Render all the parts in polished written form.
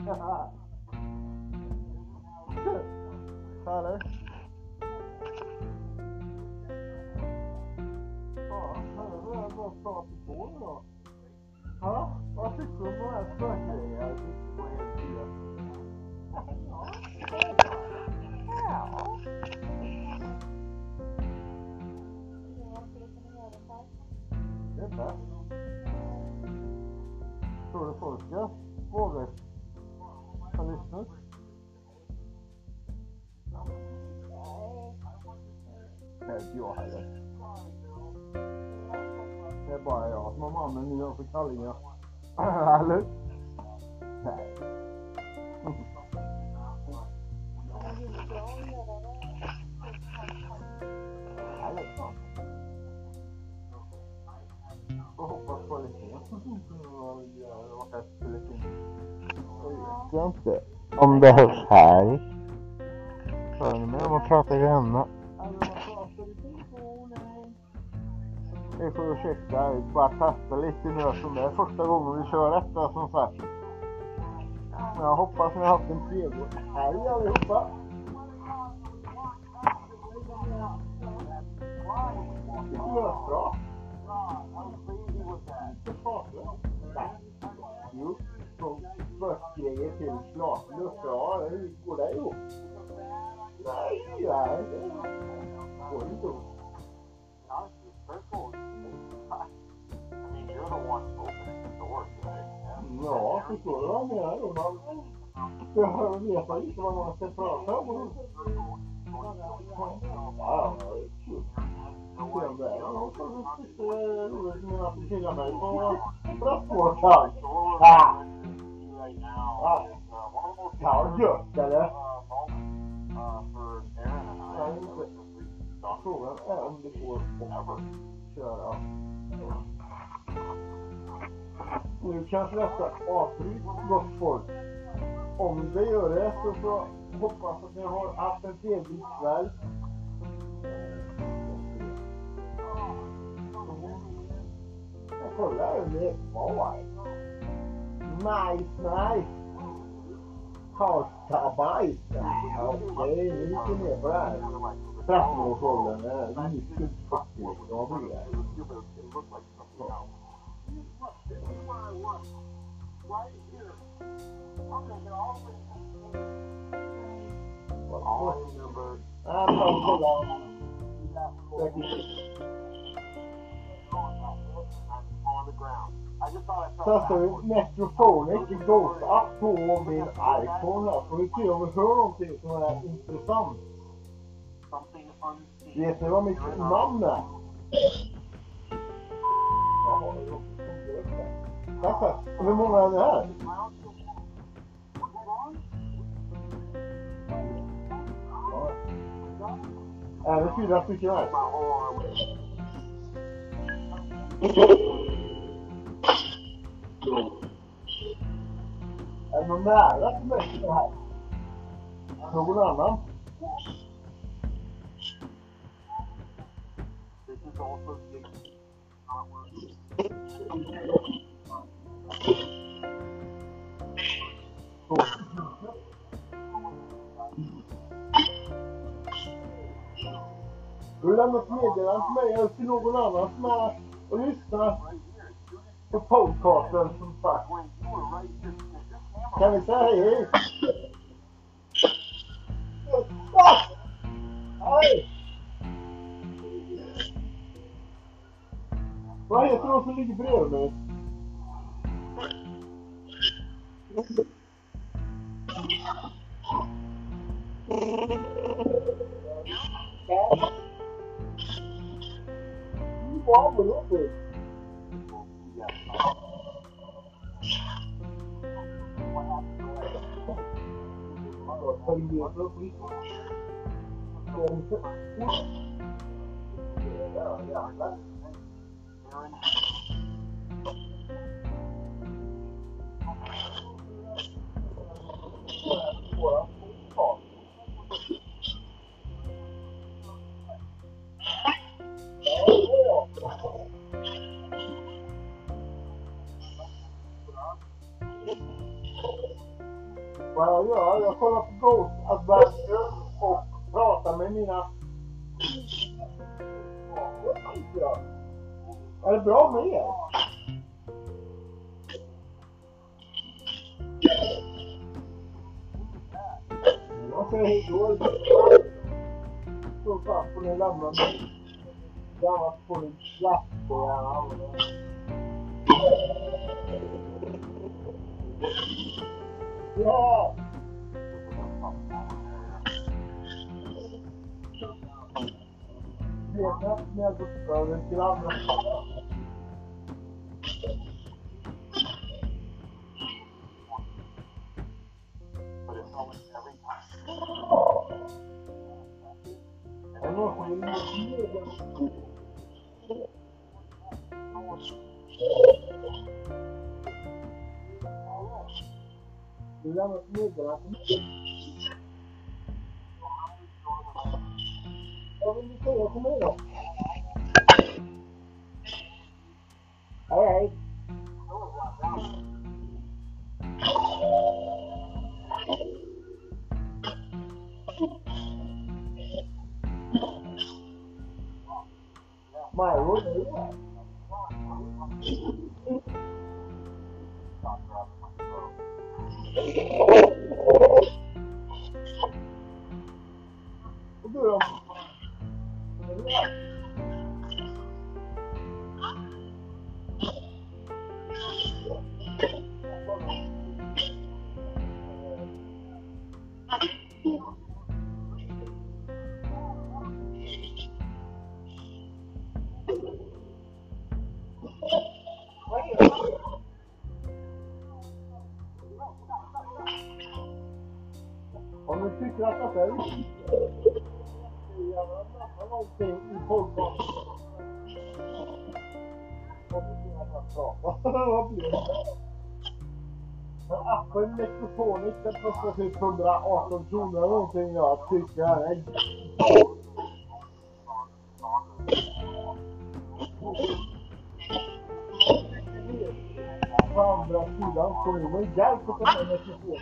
Eller? Ja, det var bara prata på nu då. Ja, vad tycker du om de här spökgrejerna? Jag tycker på helt fel. Ja. Det är bäst. Tror du folk ska våga ha lyssnat? Nej, inte jag heller. Det är bara jag som har mannen nu för kallingar. Eller? Nej. Jag hoppas på lite. Jag vet inte om det hörs här. Hör ni med om att prata i hemma? Vi får ursäkta, vi bara testa lite nu som det är första gången vi kör detta som sagt. Men jag hoppas ni har haft en trevlig helg allihopa. Det är bra. Jo, från börsgrejer till slaglös. Ja, hur går det ihop? Nej, det går inte ihop. Ja, förstår du vad jag menar då? Jag vet inte vad man ska prata om. Ja, det är kul. Jag vet inte att du killar mig på bröstvårdskan. Ja, gött eller? Frågan är om det går att köra. Nu kanske detta avbryts gott folk. Om det gör det så hoppas att ni har haft en trevlig kväll. Jag kollar om det är kvar. Nice. Karlstabajs. Okej, nu gick vi ner på det här. 13-årsåldern är mycket faktiskt. Ja, det är det. Testar vi Metrophonic Ghost Up på min iPhone här. Får vi se om vi hör någonting som är intressant. Vet ni vad mitt namn är? Ja, tack. Hur många är det här? Är det 4 stycken här? Är det någon nära som är det här? Någon annan? Du lämnar ett meddelande till mig eller till någon annan som är och lyssnar på podcasten som sagt. Kan vi säga hej? Hej! Vad heter de som ligger bredvid mig? Vad var det? jag gör. Jag kollar på Ghost Adventure och pratar med mina... Är det bra med er? Jag säger hej då. Så fast får ni lämna mig. Annars får ni släppa. Ja! Det är knappt när jag går över till andra. Du lämnar ett meddelande. Vad vill du säga till mig då? Hej hej. Major, det är det. Och du då? Om du tycker att det är viktigt, någonting i folkvården. Vad blir det? Men appen Metrophonic, den kostar typ 118 kronor eller någonting. Jag tycker det här är på andra sidan får ni väl hjälp att ta med Metrophonic.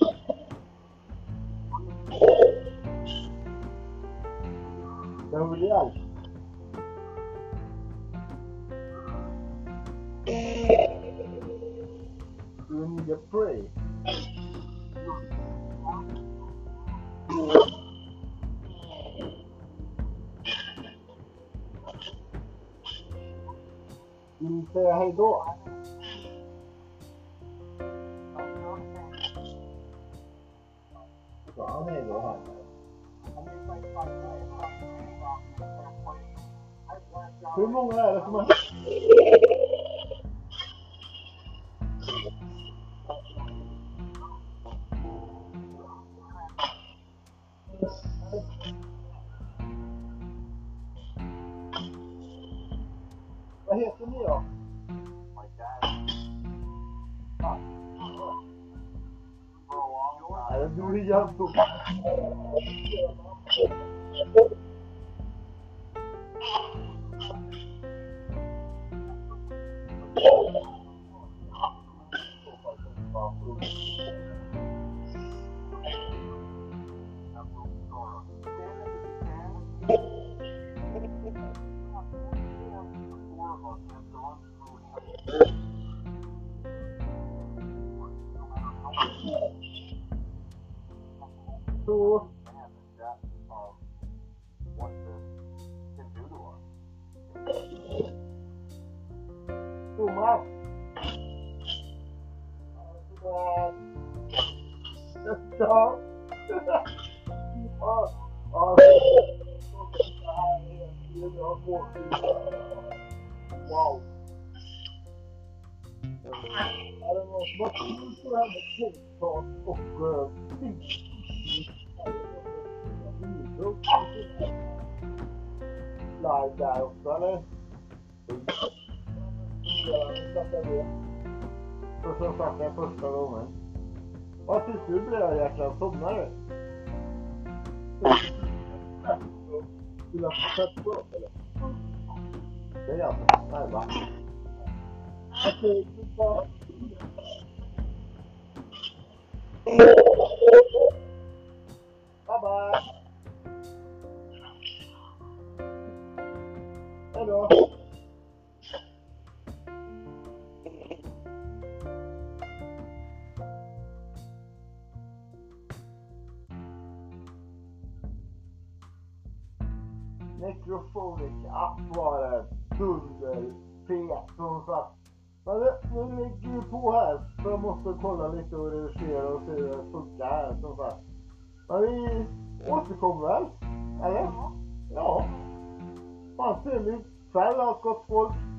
Den vill hjälp. Du need to pray. Vill du säga hej då? Ja, hej då här. Hur många är det som har... Vad heter ni då? Nej, du är jävligt. Så Thomas. Ja. Wow. Är det någon som har tid på det här med podcast och live där också, eller? Och så satt jag första gången. Vad tyckte du blev jag hjärtan? Somnar du? Vill du ha sett på eller? Det är jag. Nej va? Okej, Bye bye. Hejdå. Necrophonic app var det. Dunder. Fet som sagt. Men nu ligger vi på här. För jag måste kolla lite och redigera och se hur det funkar här som sagt. Men vi återkommer väl? Eller? Ja. Fan, trevlig kväll, gott folk.